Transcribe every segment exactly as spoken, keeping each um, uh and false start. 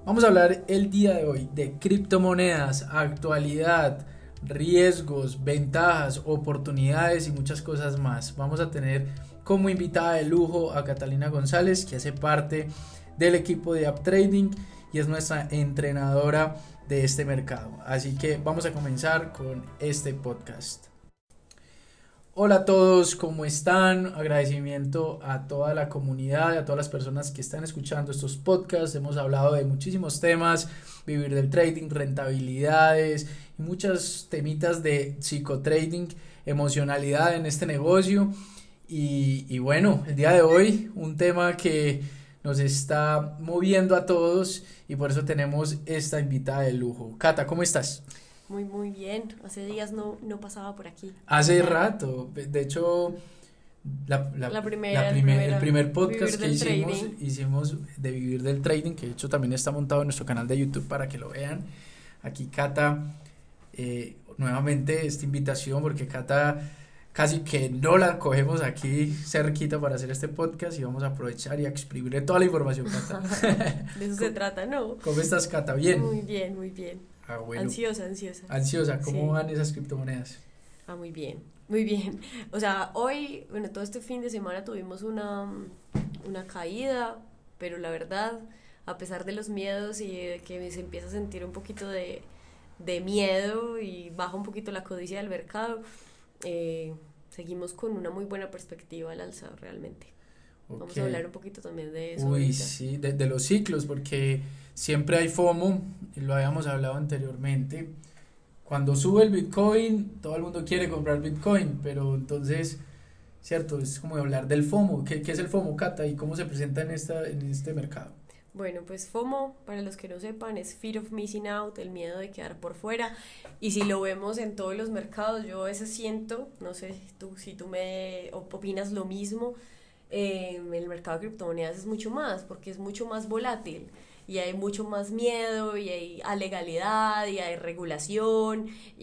Vamos a hablar el día de hoy de criptomonedas, actualidad, riesgos, ventajas, oportunidades y muchas cosas más. Vamos a tener como invitada de lujo a Catalina González, que hace parte del equipo de App Trading y es nuestra entrenadora de este mercado. Así que vamos a comenzar con este podcast. Hola a todos, ¿cómo están? Agradecimiento a toda la comunidad, a todas las personas que están escuchando estos podcasts. Hemos hablado de muchísimos temas, vivir del trading, rentabilidades y muchos temitas de psicotrading, emocionalidad en este negocio. Y, y bueno, el día de hoy un tema que nos está moviendo a todos y por eso tenemos esta invitada de lujo. Cata, ¿cómo estás? Muy, muy bien. Hace días no, no pasaba por aquí. Hace rato. De hecho, la, la, la primera, la primer, primera, el primer podcast que hicimos, trading. hicimos de vivir del trading, que de hecho también está montado en nuestro canal de YouTube para que lo vean. Aquí Cata, eh, nuevamente esta invitación, porque Cata casi que no la cogemos aquí cerquita para hacer este podcast y vamos a aprovechar y a exprimirle toda la información, Cata. De eso se trata, ¿no? ¿Cómo estás, Cata? ¿Bien? Muy bien, muy bien. Ah, bueno. Ansiosa, ansiosa. Ansiosa, ¿cómo Sí. van esas criptomonedas? Ah, muy bien, muy bien. O sea, hoy, bueno, todo este fin de semana tuvimos una, una caída, pero la verdad, a pesar de los miedos y de que se empieza a sentir un poquito de, de miedo y baja un poquito la codicia del mercado, eh, seguimos con una muy buena perspectiva al alza realmente. Okay. Vamos a hablar un poquito también de eso. Uy, ahorita. sí, de, de los ciclos, porque siempre hay FOMO, y lo habíamos hablado anteriormente. Cuando sube el Bitcoin, todo el mundo quiere comprar Bitcoin, pero entonces, cierto, es como hablar del FOMO. ¿Qué, qué es el FOMO, Cata, y cómo se presenta en, esta, en este mercado? Bueno, pues FOMO, para los que no sepan, es Fear of Missing Out, el miedo de quedar por fuera. Y si lo vemos en todos los mercados, yo a veces siento, no sé si tú, si tú me opinas lo mismo, eh, el mercado de criptomonedas es mucho más, porque es mucho más volátil. Y hay mucho más miedo, y hay alegalidad, y hay regulación,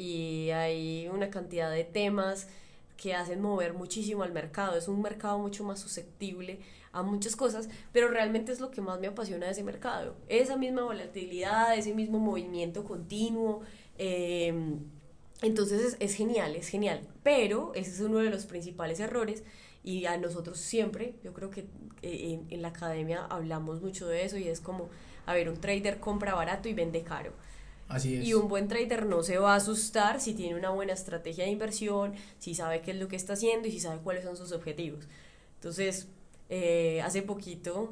y hay una cantidad de temas que hacen mover muchísimo al mercado. Es un mercado mucho más susceptible a muchas cosas, pero realmente es lo que más me apasiona de ese mercado. Esa misma volatilidad, ese mismo movimiento continuo. Eh, entonces es, es genial, es genial. Pero ese es uno de los principales errores. Y a nosotros siempre, yo creo que en, en la academia hablamos mucho de eso y es como, a ver, un trader compra barato y vende caro. Así es. Y un buen trader no se va a asustar si tiene una buena estrategia de inversión, si sabe qué es lo que está haciendo y si sabe cuáles son sus objetivos. Entonces, eh, hace poquito,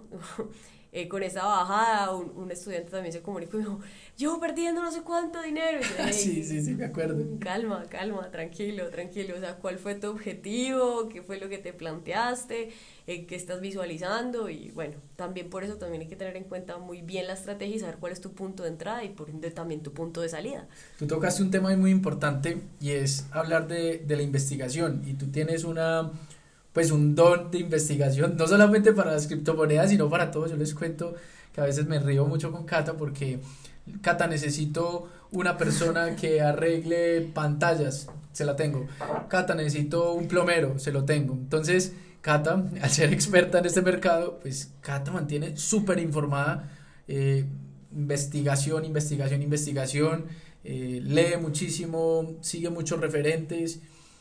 eh, con esta bajada, un, un estudiante también se comunicó y me dijo, yo perdiendo no sé cuánto dinero. Y yo, hey, sí, sí, sí, me acuerdo. Calma, calma, tranquilo, tranquilo. O sea, ¿cuál fue tu objetivo? ¿Qué fue lo que te planteaste? Eh, ¿Qué estás visualizando? Y bueno, también por eso también hay que tener en cuenta muy bien la estrategia y saber cuál es tu punto de entrada y por ende también tu punto de salida. Tú tocaste un tema muy importante y es hablar de, de la investigación, y tú tienes una... pues un don de investigación, no solamente para las criptomonedas, sino para todos. Yo les cuento que a veces me río mucho con Cata porque, Cata, necesito una persona que arregle pantallas, se la tengo. Cata, necesito un plomero, se lo tengo. Entonces, Cata, al ser experta en este mercado, pues Cata mantiene súper informada, eh, investigación, investigación, investigación, eh, lee muchísimo, sigue muchos referentes.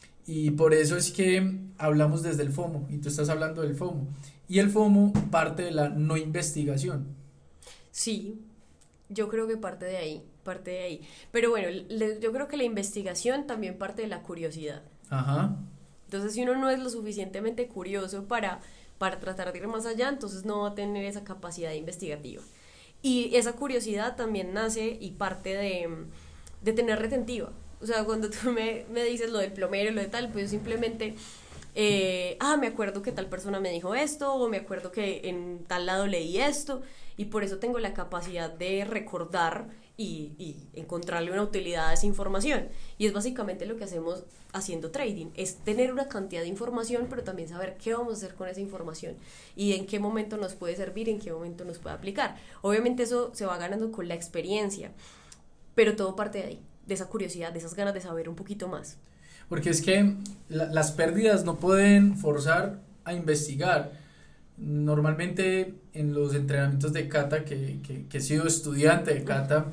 Y por eso es que hablamos desde el FOMO, y tú estás hablando del FOMO. Y el FOMO parte de la no investigación. Sí, yo creo que parte de ahí, parte de ahí. Pero bueno, le, yo creo que la investigación también parte de la curiosidad. Ajá. Entonces, si uno no es lo suficientemente curioso para, para tratar de ir más allá, entonces no va a tener esa capacidad investigativa. Y esa curiosidad también nace y parte de, de tener retentiva. O sea, cuando tú me, me dices lo del plomero y lo de tal, pues yo simplemente, eh, ah, me acuerdo que tal persona me dijo esto, o me acuerdo que en tal lado leí esto, y por eso tengo la capacidad de recordar y, y encontrarle una utilidad a esa información. Y es básicamente lo que hacemos haciendo trading, es tener una cantidad de información, pero también saber qué vamos a hacer con esa información y en qué momento nos puede servir, en qué momento nos puede aplicar. Obviamente eso se va ganando con la experiencia, pero todo parte de ahí, de esa curiosidad, de esas ganas de saber un poquito más. Porque es que la, las pérdidas no pueden forzar a investigar, normalmente en los entrenamientos de Cata, que, que, que he sido estudiante de Cata,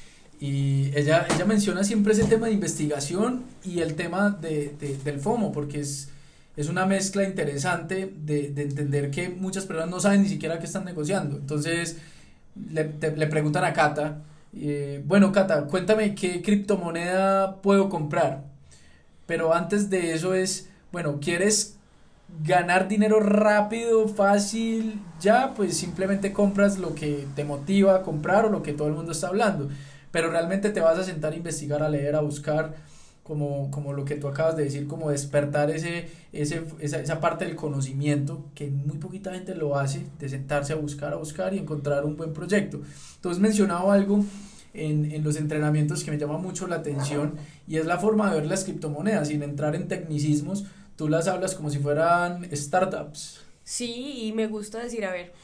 y ella, ella menciona siempre ese tema de investigación y el tema de, de, del FOMO, porque es, es una mezcla interesante de, de entender que muchas personas no saben ni siquiera qué están negociando. Entonces le, te, le preguntan a Cata, eh, bueno Cata, cuéntame qué criptomoneda puedo comprar, pero antes de eso es, bueno, ¿quieres ganar dinero rápido, fácil? Ya, pues simplemente compras lo que te motiva a comprar o lo que todo el mundo está hablando, pero realmente te vas a sentar a investigar, a leer, a buscar, como, como lo que tú acabas de decir, como despertar ese, ese, esa, esa parte del conocimiento que muy poquita gente lo hace, de sentarse a buscar, a buscar y encontrar un buen proyecto. Tú has mencionado algo en, en los entrenamientos que me llama mucho la atención, y es la forma de ver las criptomonedas, sin entrar en tecnicismos. Tú las hablas como si fueran startups. Sí, y me gusta decir, a ver,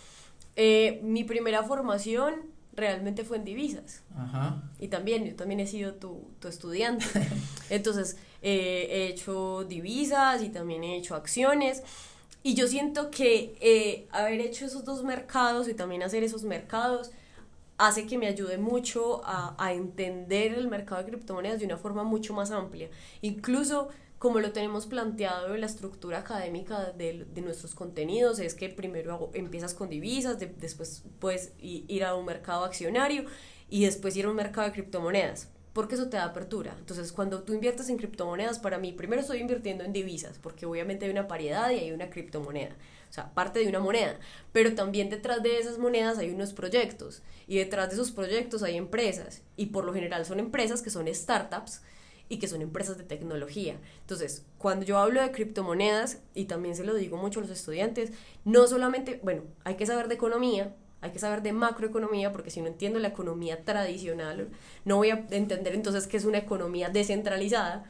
eh, mi primera formación realmente fue en divisas. Ajá. Y también, yo también he sido tu, tu estudiante. Entonces, eh, he hecho divisas y también he hecho acciones. Y yo siento que eh, haber hecho esos dos mercados y también hacer esos mercados hace que me ayude mucho a, a entender el mercado de criptomonedas de una forma mucho más amplia. Incluso como lo tenemos planteado en la estructura académica de, de nuestros contenidos, es que primero hago, empiezas con divisas, de, después puedes ir a un mercado accionario y después ir a un mercado de criptomonedas, porque eso te da apertura. Entonces, cuando tú inviertes en criptomonedas, para mí, primero estoy invirtiendo en divisas, porque obviamente hay una paridad y hay una criptomoneda, o sea, parte de una moneda, pero también detrás de esas monedas hay unos proyectos, y detrás de esos proyectos hay empresas, y por lo general son empresas que son startups, y que son empresas de tecnología. Entonces, cuando yo hablo de criptomonedas, y también se lo digo mucho a los estudiantes, no solamente, bueno, hay que saber de economía, hay que saber de macroeconomía, porque si no entiendo la economía tradicional, no voy a entender entonces qué es una economía descentralizada.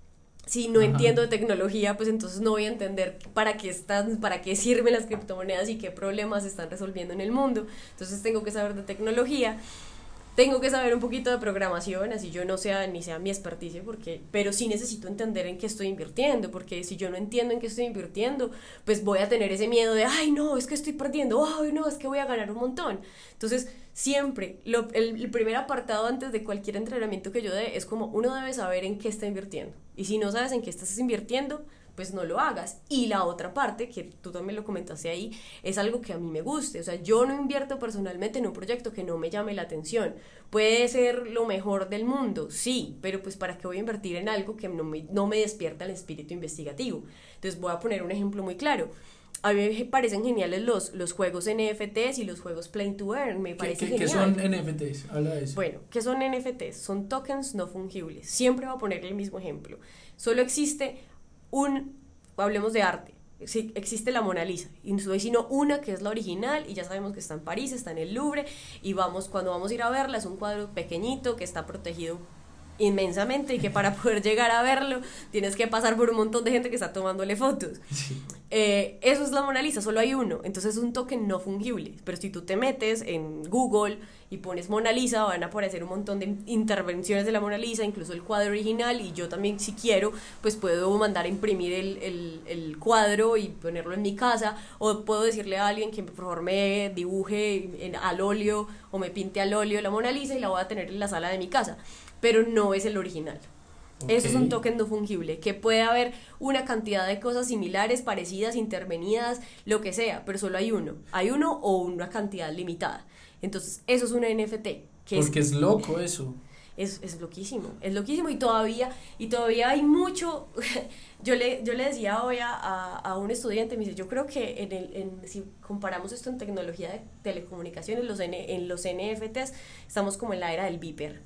Si no Ajá. entiendo de tecnología, pues entonces no voy a entender para qué están, para qué sirven las criptomonedas y qué problemas se están resolviendo en el mundo. Entonces tengo que saber de tecnología. Tengo que saber un poquito de programación, así yo no sea ni sea mi experticia, porque, pero sí necesito entender en qué estoy invirtiendo, porque si yo no entiendo en qué estoy invirtiendo, pues voy a tener ese miedo de, ay no, es que estoy perdiendo, ay no, es que voy a ganar un montón. Entonces, siempre, lo, el, el primer apartado antes de cualquier entrenamiento que yo dé es como, uno debe saber en qué está invirtiendo, y si no sabes en qué estás invirtiendo, pues no lo hagas. Y la otra parte, que tú también lo comentaste ahí, es algo que a mí me guste. O sea, yo no invierto personalmente en un proyecto que no me llame la atención. Puede ser lo mejor del mundo, sí, pero pues ¿para qué voy a invertir en algo que no me, no me despierta el espíritu investigativo? Entonces voy a poner un ejemplo muy claro. A mí me parecen geniales los, los juegos N F Ts y los juegos Play to Earn, me parece ¿Qué, genial. ¿Qué son N F Ts? Habla de eso. Bueno, ¿qué son N F Ts? Son tokens no fungibles. Siempre voy a ponerle el mismo ejemplo. Solo existe un, hablemos de arte, sí, existe la Mona Lisa, y no hay sino una que es la original, y ya sabemos que está en París, está en el Louvre, y vamos, cuando vamos a ir a verla, es un cuadro pequeñito que está protegido inmensamente, y que para poder llegar a verlo tienes que pasar por un montón de gente que está tomándole fotos. Sí. Eh, eso es la Mona Lisa, solo hay uno, entonces es un token no fungible, pero si tú te metes en Google y pones Mona Lisa, van a aparecer un montón de intervenciones de la Mona Lisa, incluso el cuadro original, y yo también, si quiero, pues puedo mandar a imprimir el, el, el cuadro y ponerlo en mi casa, o puedo decirle a alguien que por favor me dibuje en, al óleo o me pinte al óleo la Mona Lisa, y la voy a tener en la sala de mi casa, pero no es el original. Okay. Eso es un token no fungible, que puede haber una cantidad de cosas similares, parecidas, intervenidas, lo que sea, pero solo hay uno. Hay uno o una cantidad limitada. Entonces, eso es una N F T. Que Porque es, es loco eso. Es, es loquísimo, es loquísimo y todavía, y todavía hay mucho. yo, le, yo le decía hoy a, a, a un estudiante, me dice, yo creo que en el, en, si comparamos esto en tecnología de telecomunicaciones, los N, en los N F Ts, estamos como en la era del beeper.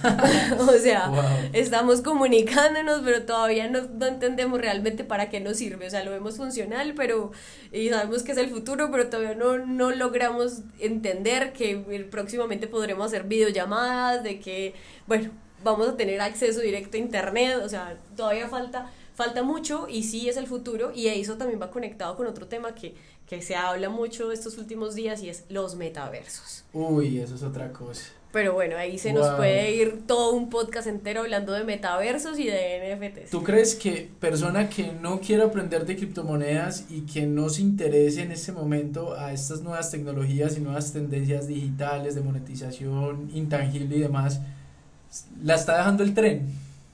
O sea, wow. Estamos comunicándonos, pero todavía no, no entendemos realmente para qué nos sirve. O sea, lo vemos funcional, pero y sabemos que es el futuro, pero todavía no, no logramos entender que próximamente podremos hacer videollamadas, de que, bueno, vamos a tener acceso directo a internet. O sea, todavía falta, falta mucho, y sí es el futuro, y eso también va conectado con otro tema que, que se habla mucho estos últimos días, y es los metaversos. Uy, eso es otra cosa. Pero bueno, ahí se Wow. nos puede ir todo un podcast entero hablando de metaversos y de N F Ts. ¿Tú crees que persona que no quiera aprender de criptomonedas y que no se interese en este momento a estas nuevas tecnologías y nuevas tendencias digitales de monetización intangible y demás, la está dejando el tren?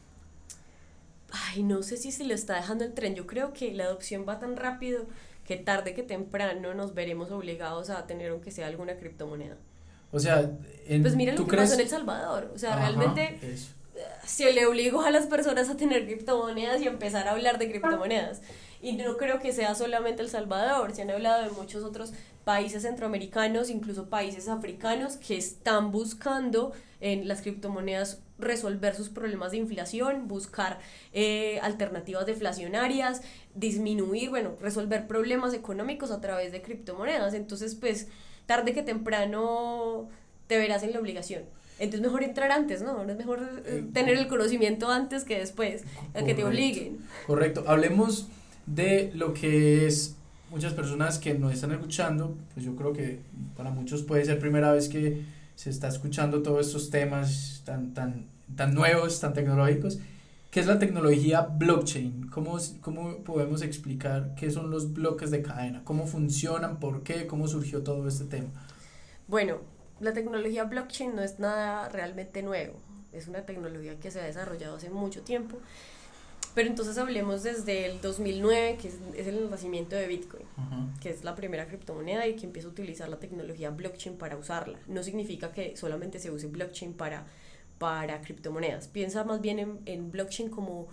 Ay, no sé si se lo está dejando el tren. Yo creo que la adopción va tan rápido que tarde que temprano nos veremos obligados a tener aunque sea alguna criptomoneda. O sea, en, Pues mira lo ¿tú que crees? pasó en El Salvador. O sea, Ajá, realmente eso. se le obligó a las personas a tener criptomonedas y empezar a hablar de criptomonedas. Y no creo que sea solamente El Salvador, se han hablado de muchos otros países centroamericanos, incluso países africanos que están buscando en las criptomonedas resolver sus problemas de inflación, buscar eh, alternativas deflacionarias, disminuir, bueno, resolver problemas económicos a través de criptomonedas. Entonces, pues, tarde que temprano te verás en la obligación. Entonces mejor entrar antes, ¿no? Es mejor eh, tener el conocimiento antes que después, a que te obliguen. Correcto. Hablemos de lo que es muchas personas que nos están escuchando, pues yo creo que para muchos puede ser primera vez que se está escuchando todos estos temas tan, tan, tan nuevos, tan tecnológicos. ¿Qué es la tecnología blockchain? ¿Cómo, ¿Cómo podemos explicar qué son los bloques de cadena? ¿Cómo funcionan? ¿Por qué? ¿Cómo surgió todo este tema? Bueno, la tecnología blockchain no es nada realmente nuevo, es una tecnología que se ha desarrollado hace mucho tiempo, pero entonces hablemos desde el dos mil nueve, que es, es el nacimiento de Bitcoin, uh-huh. que es la primera criptomoneda y que empieza a utilizar la tecnología blockchain para usarla. No significa que solamente se use blockchain para, para criptomonedas, piensa más bien en, en blockchain como,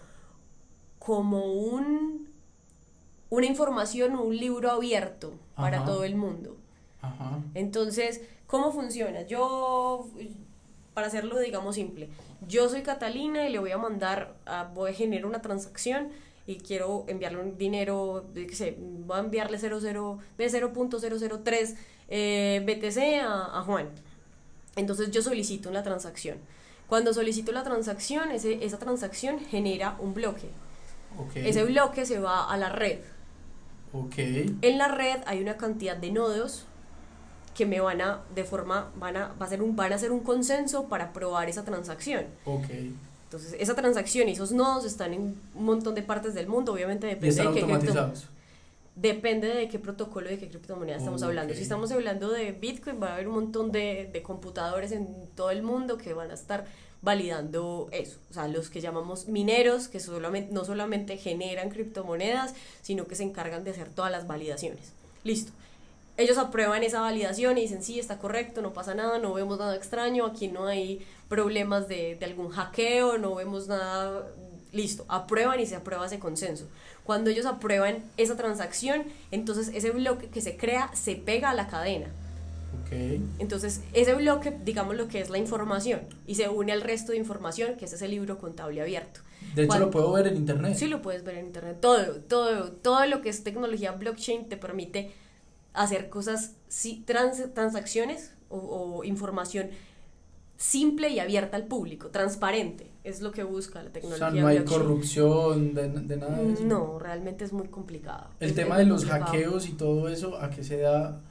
como un, una información, un libro abierto para uh-huh. todo el mundo. Uh-huh. Entonces, ¿cómo funciona? Yo, para hacerlo digamos simple, yo soy Catalina y le voy a mandar, a, voy a generar una transacción y quiero enviarle un dinero, qué sé, voy a enviarle cero punto cero cero tres eh, B T C a, a Juan. Entonces yo solicito una transacción. Cuando solicito la transacción, ese, esa transacción genera un bloque. Okay. Ese bloque se va a la red. Okay. En la red hay una cantidad de nodos que me van a, de forma, van a, va a ser un, van a hacer un consenso para aprobar esa transacción. Okay. Entonces, esa transacción y esos nodos están en un montón de partes del mundo, obviamente depende ¿Y están de qué automatizados? Depende de qué protocolo y de qué criptomoneda estamos okay. hablando. Si estamos hablando de Bitcoin, va a haber un montón de, de computadores en todo el mundo que van a estar validando eso. O sea, los que llamamos mineros, que solamente, no solamente generan criptomonedas, sino que se encargan de hacer todas las validaciones. Listo. Ellos aprueban esa validación y dicen, sí, está correcto, no pasa nada, no vemos nada extraño, aquí no hay problemas de, de algún hackeo, no vemos nada, listo, aprueban y se aprueba ese consenso. Cuando ellos aprueban esa transacción, entonces ese bloque que se crea se pega a la cadena. Okay. Entonces ese bloque, digamos lo que es la información, y se une al resto de información, que es ese libro contable abierto. De hecho, Cuando, lo puedo ver en internet. Sí, lo puedes ver en internet, todo, todo, todo lo que es tecnología blockchain te permite hacer cosas, trans, transacciones o, o información simple y abierta al público, transparente, es lo que busca la tecnología. O sea, no hay blockchain. corrupción de, de nada de eso. No, realmente es muy complicado. El es tema muy de los complicado. hackeos y todo eso, ¿a qué se da?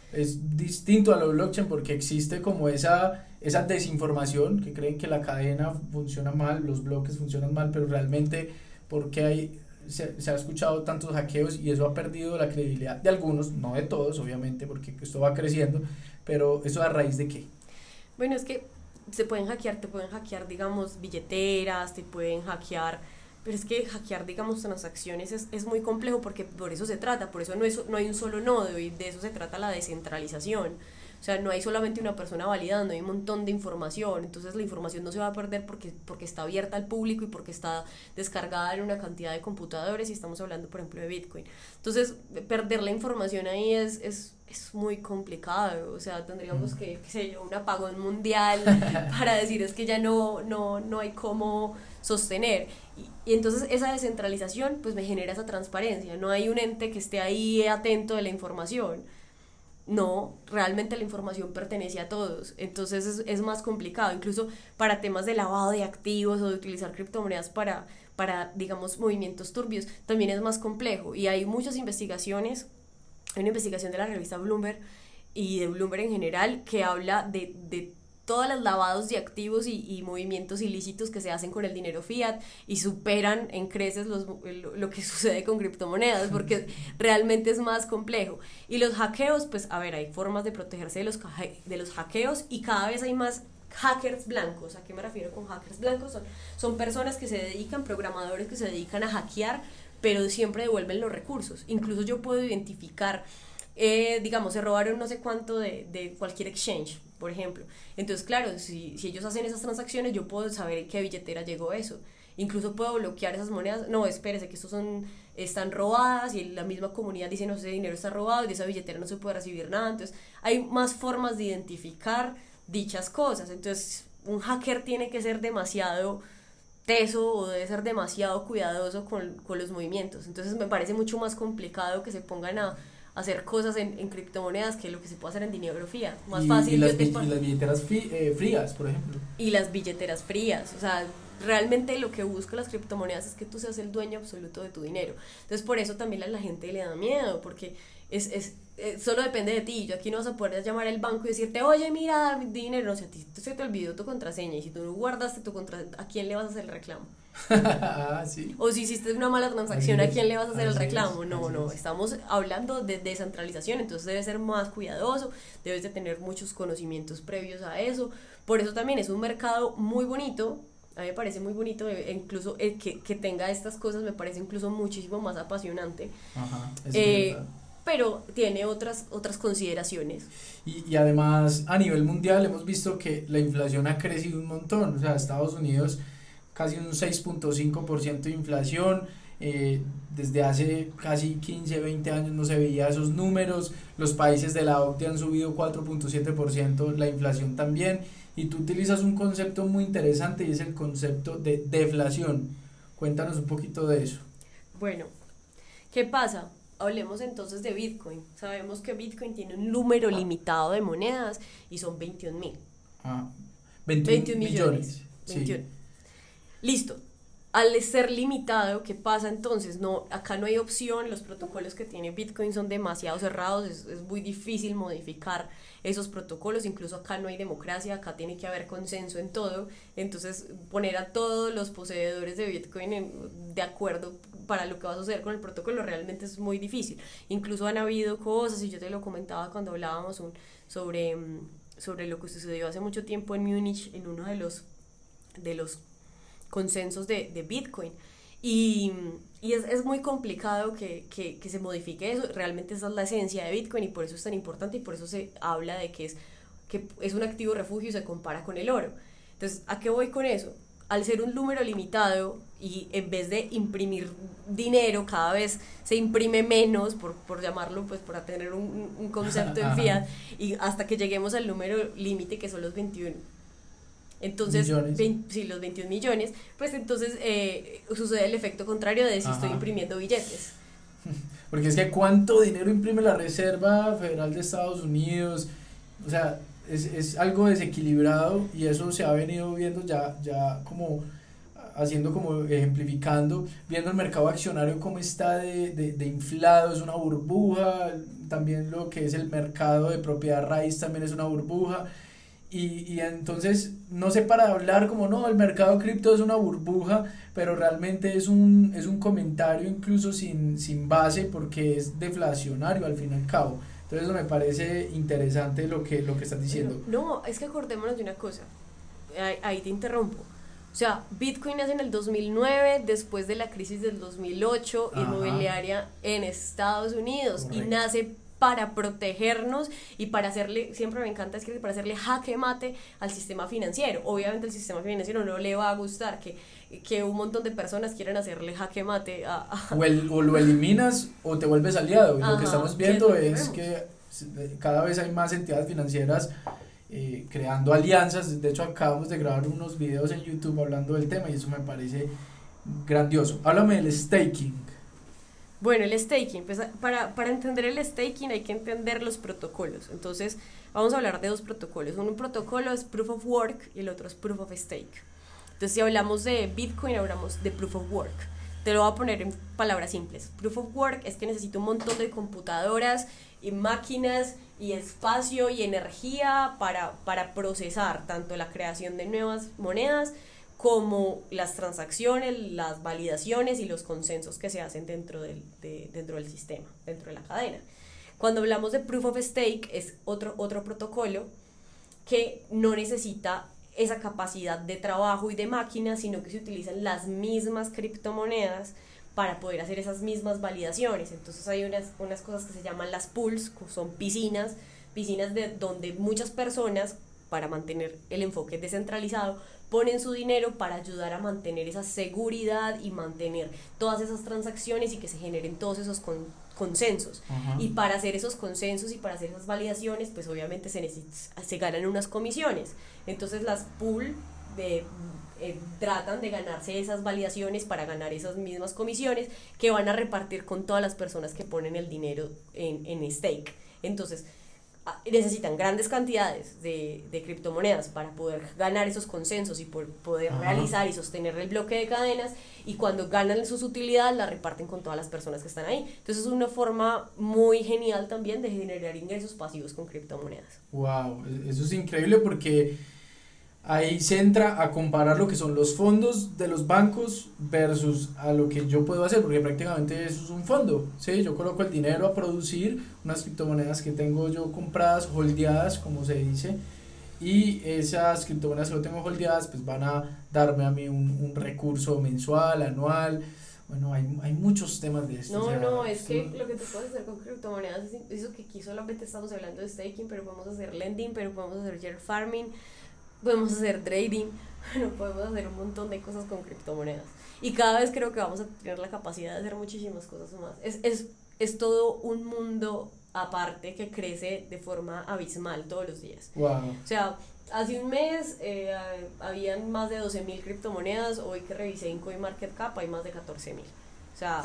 Es distinto a lo blockchain porque existe como esa, esa desinformación que creen que la cadena funciona mal, los bloques funcionan mal, pero realmente porque hay... Se, se ha escuchado tantos hackeos y eso ha perdido la credibilidad de algunos, no de todos obviamente porque esto va creciendo, pero eso a raíz de qué. Bueno, es que se pueden hackear, te pueden hackear digamos billeteras, te pueden hackear, pero es que hackear digamos transacciones es, es muy complejo porque por eso se trata, por eso no, es, no hay un solo nodo y de eso se trata la descentralización. O sea, no hay solamente una persona validando, hay un montón de información, entonces la información no se va a perder porque, porque está abierta al público y porque está descargada en una cantidad de computadores y estamos hablando, por ejemplo, de Bitcoin. Entonces, perder la información ahí es, es, es muy complicado, o sea, tendríamos que, qué sé yo, un apagón mundial para decir es que ya no, no, no hay cómo sostener. Y, y entonces esa descentralización pues me genera esa transparencia, no hay un ente que esté ahí atento de la información. No, realmente la información pertenece a todos, entonces es, es más complicado, incluso para temas de lavado de activos o de utilizar criptomonedas para, para, digamos, movimientos turbios, también es más complejo y hay muchas investigaciones, hay una investigación de la revista Bloomberg y de Bloomberg en general que habla de, de todos los lavados de activos y, y movimientos ilícitos que se hacen con el dinero fiat y superan en creces los, lo, lo que sucede con criptomonedas, porque realmente es más complejo. Y los hackeos, pues a ver, hay formas de protegerse de los, de los hackeos y cada vez hay más hackers blancos. ¿A qué me refiero con hackers blancos? Son, son personas que se dedican, programadores que se dedican a hackear, pero siempre devuelven los recursos. Incluso yo puedo identificar, eh, digamos, se robaron no sé cuánto de, de cualquier exchange, por ejemplo. Entonces, claro, si, si ellos hacen esas transacciones, yo puedo saber en qué billetera llegó eso. Incluso puedo bloquear esas monedas. No, espérese, que estos son, están robadas, y la misma comunidad dice, no, ese dinero está robado y de esa billetera no se puede recibir nada. Entonces, hay más formas de identificar dichas cosas. Entonces, un hacker tiene que ser demasiado teso o debe ser demasiado cuidadoso con, con los movimientos. Entonces, me parece mucho más complicado que se pongan a hacer cosas en, en criptomonedas que lo que se puede hacer en dinero fiat. Más y, fácil. Y las, yo te y pa- las billeteras fi, eh, frías, por ejemplo. Y las billeteras frías. O sea, realmente lo que buscan las criptomonedas es que tú seas el dueño absoluto de tu dinero. Entonces, por eso también a la gente le da miedo, porque es, es, es solo depende de ti. Yo aquí no vas a poder llamar al banco y decirte, oye, mira, mi dinero. No, si a ti se te olvidó tu contraseña y si tú no guardaste tu contraseña, ¿a quién le vas a hacer el reclamo? Ah, sí. O si hiciste una mala transacción, ¿a quién le vas a hacer el reclamo? Es, no, no, es. Estamos hablando de descentralización, entonces debes ser más cuidadoso, debes de tener muchos conocimientos previos a eso. Por eso también es un mercado muy bonito. A mí me parece muy bonito, e incluso el que, que tenga estas cosas me parece incluso muchísimo más apasionante. Ajá, es eh, verdad. Pero tiene otras, otras consideraciones. Y, y además a nivel mundial hemos visto que la inflación ha crecido un montón. O sea, Estados Unidos casi un seis punto cinco por ciento de inflación, eh, desde hace casi quince, veinte años no se veía esos números. Los países de la O C D E han subido cuatro punto siete por ciento la inflación también, y tú utilizas un concepto muy interesante y es el concepto de deflación. Cuéntanos un poquito de eso. Bueno, ¿qué pasa? Hablemos entonces de Bitcoin. Sabemos que Bitcoin tiene un número limitado de monedas y son veintiún mil. Ah, veintiún millones. veintiuno. Sí. Listo. Al ser limitado, ¿qué pasa entonces? No, acá no hay opción, los protocolos que tiene Bitcoin son demasiado cerrados, es, es muy difícil modificar esos protocolos, incluso acá no hay democracia, acá tiene que haber consenso en todo. Entonces, poner a todos los poseedores de Bitcoin en, de acuerdo para lo que va a suceder con el protocolo realmente es muy difícil. Incluso han habido cosas, y yo te lo comentaba cuando hablábamos un, sobre, sobre lo que sucedió hace mucho tiempo en Múnich, en uno de los, de los consensos de, de Bitcoin, y, y es, es muy complicado que, que, que se modifique eso. Realmente esa es la esencia de Bitcoin y por eso es tan importante, y por eso se habla de que es, que es un activo refugio y se compara con el oro. Entonces, ¿a qué voy con eso? Al ser un número limitado y en vez de imprimir dinero cada vez se imprime menos, por, por llamarlo, pues para tener un, un concepto en fiat, y hasta que lleguemos al número límite que son los veintiuno. Entonces, veinte, sí, los veintiún millones, pues entonces eh, sucede el efecto contrario de si Ajá. estoy imprimiendo billetes. Porque es que ¿cuánto dinero imprime la Reserva Federal de Estados Unidos? O sea, es, es algo desequilibrado, y eso se ha venido viendo ya, ya como haciendo, como ejemplificando, viendo el mercado accionario cómo está de, de, de inflado, es una burbuja. También lo que es el mercado de propiedad raíz también es una burbuja. Y, y entonces no sé, para hablar como no, el mercado cripto es una burbuja, pero realmente es un, es un comentario incluso sin, sin base, porque es deflacionario al fin y al cabo. Entonces eso me parece interesante lo que, lo que estás diciendo. Pero, no, es que acordémonos de una cosa, ahí, ahí te interrumpo. O sea, Bitcoin nace en el dos mil nueve, después de la crisis del dos mil ocho, Ajá. inmobiliaria en Estados Unidos. Correcto. Y nace para protegernos y para hacerle, siempre me encanta escribir, para hacerle jaque mate al sistema financiero. Obviamente el sistema financiero no le va a gustar que, que un montón de personas quieran hacerle jaque mate a... a... O, el, o lo eliminas o te vuelves aliado. Y Ajá, lo que estamos viendo que es, es que cada vez hay más entidades financieras eh, creando alianzas. De hecho, acabamos de grabar unos videos en YouTube hablando del tema y eso me parece grandioso. Háblame del staking. Bueno, el staking, pues para, para entender el staking hay que entender los protocolos. Entonces, vamos a hablar de dos protocolos. Un protocolo es Proof of Work y el otro es Proof of Stake. Entonces, si hablamos de Bitcoin, hablamos de Proof of Work. Te lo voy a poner en palabras simples. Proof of Work es que necesito un montón de computadoras y máquinas y espacio y energía para, para procesar tanto la creación de nuevas monedas como las transacciones, las validaciones y los consensos que se hacen dentro del, de, dentro del sistema, dentro de la cadena. Cuando hablamos de Proof of Stake es otro, otro protocolo que no necesita esa capacidad de trabajo y de máquina, sino que se utilizan las mismas criptomonedas para poder hacer esas mismas validaciones. Entonces hay unas, unas cosas que se llaman las pools, que son piscinas, piscinas de donde muchas personas, para mantener el enfoque descentralizado, ponen su dinero para ayudar a mantener esa seguridad y mantener todas esas transacciones y que se generen todos esos con, consensos. Uh-huh. Y para hacer esos consensos y para hacer esas validaciones, pues obviamente se, necesita, se ganan unas comisiones. Entonces las pool de, eh, tratan de ganarse esas validaciones para ganar esas mismas comisiones que van a repartir con todas las personas que ponen el dinero en, en stake. Entonces necesitan grandes cantidades de, de criptomonedas para poder ganar esos consensos y por poder Ajá. realizar y sostener el bloque de cadenas, y cuando ganan sus utilidades la reparten con todas las personas que están ahí. Entonces es una forma muy genial también de generar ingresos pasivos con criptomonedas. Wow, eso es increíble porque ahí se entra a comparar lo que son los fondos de los bancos versus a lo que yo puedo hacer, porque prácticamente eso es un fondo, ¿sí? Yo coloco el dinero a producir unas criptomonedas que tengo yo compradas, holdeadas, como se dice, y esas criptomonedas que yo tengo holdeadas, pues van a darme a mí un, un recurso mensual, anual. Bueno, hay, hay muchos temas de esto. No, o sea, no, es esto... que lo que tú puedes hacer con criptomonedas es eso, que aquí solamente estamos hablando de staking, pero podemos hacer lending, pero podemos hacer yield farming, podemos hacer trading, bueno, podemos hacer un montón de cosas con criptomonedas. Y cada vez creo que vamos a tener la capacidad de hacer muchísimas cosas más. Es, es, es todo un mundo aparte que crece de forma abismal todos los días. Wow. O sea, hace un mes eh, habían más de doce mil criptomonedas, hoy que revisé en CoinMarketCap hay más de catorce mil. O sea...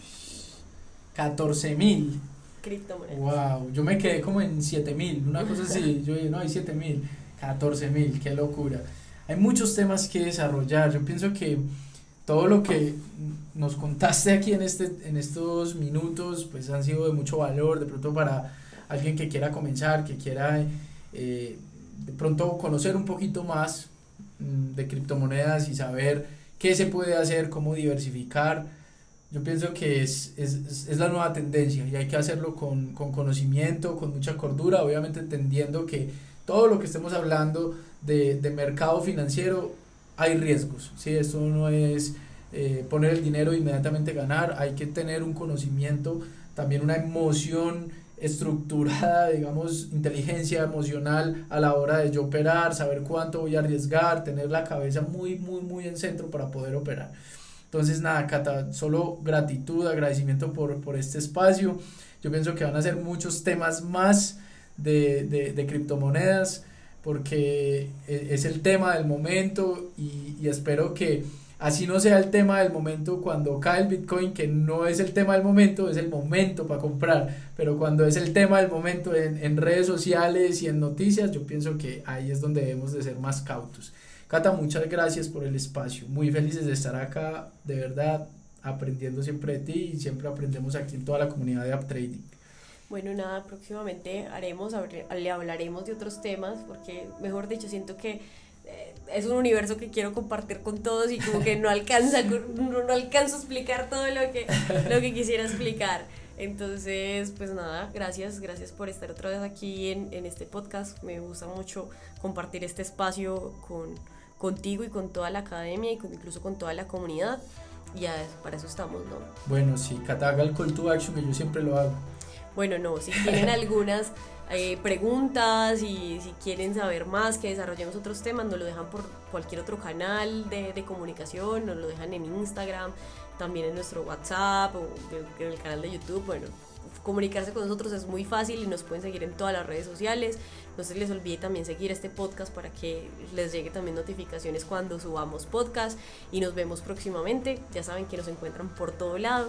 catorce mil. Criptomonedas. Wow, yo me quedé como en siete mil, una cosa así, yo dije, no, hay siete mil. catorce mil, qué locura. Hay muchos temas que desarrollar. Yo pienso que todo lo que nos contaste aquí en, este, en estos minutos pues han sido de mucho valor, de pronto para alguien que quiera comenzar, que quiera eh, de pronto conocer un poquito más mm, de criptomonedas y saber qué se puede hacer, cómo diversificar. Yo pienso que es, es, es la nueva tendencia y hay que hacerlo con, con conocimiento, con mucha cordura, obviamente entendiendo que todo lo que estemos hablando de, de mercado financiero hay riesgos, ¿sí? Esto no es eh, poner el dinero e inmediatamente ganar, hay que tener un conocimiento, también una emoción estructurada, digamos, inteligencia emocional a la hora de yo operar, saber cuánto voy a arriesgar, tener la cabeza muy, muy, muy en centro para poder operar. Entonces nada, Cata, solo gratitud, agradecimiento por, por este espacio. Yo pienso que van a ser muchos temas más de, de, de criptomonedas, porque es el tema del momento y, y espero que así no sea el tema del momento cuando cae el Bitcoin, que no es el tema del momento, es el momento para comprar, pero cuando es el tema del momento en, en redes sociales y en noticias, yo pienso que ahí es donde debemos de ser más cautos. Cata, muchas gracias por el espacio, muy felices de estar acá, de verdad, aprendiendo siempre de ti y siempre aprendemos aquí en toda la comunidad de AppTrading. Bueno, nada, próximamente haremos, le hablaremos de otros temas, porque, mejor dicho, siento que eh, es un universo que quiero compartir con todos y como que no alcanza, no, no alcanzo a explicar todo lo que, lo que quisiera explicar. Entonces, pues nada, gracias, gracias por estar otra vez aquí en, en este podcast. Me gusta mucho compartir este espacio con, contigo y con toda la academia y con, incluso con toda la comunidad. Y ya para eso estamos, ¿no? Bueno, sí, Cata, haga el call to action que yo siempre lo hago. Bueno, no, si tienen algunas eh, preguntas y si quieren saber más, que desarrollemos otros temas, nos lo dejan por cualquier otro canal de, de comunicación, nos lo dejan en Instagram, también en nuestro WhatsApp o en el canal de YouTube. Bueno, comunicarse con nosotros es muy fácil y nos pueden seguir en todas las redes sociales. No se les olvide también seguir este podcast para que les llegue también notificaciones cuando subamos podcast, y nos vemos próximamente. Ya saben que nos encuentran por todo lado.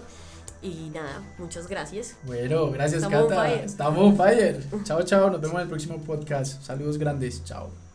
Y nada, muchas gracias. Bueno, gracias, Estamos Cata. on fire. Estamos on fire. Chao, chao. Nos vemos en el próximo podcast. Saludos grandes. Chao.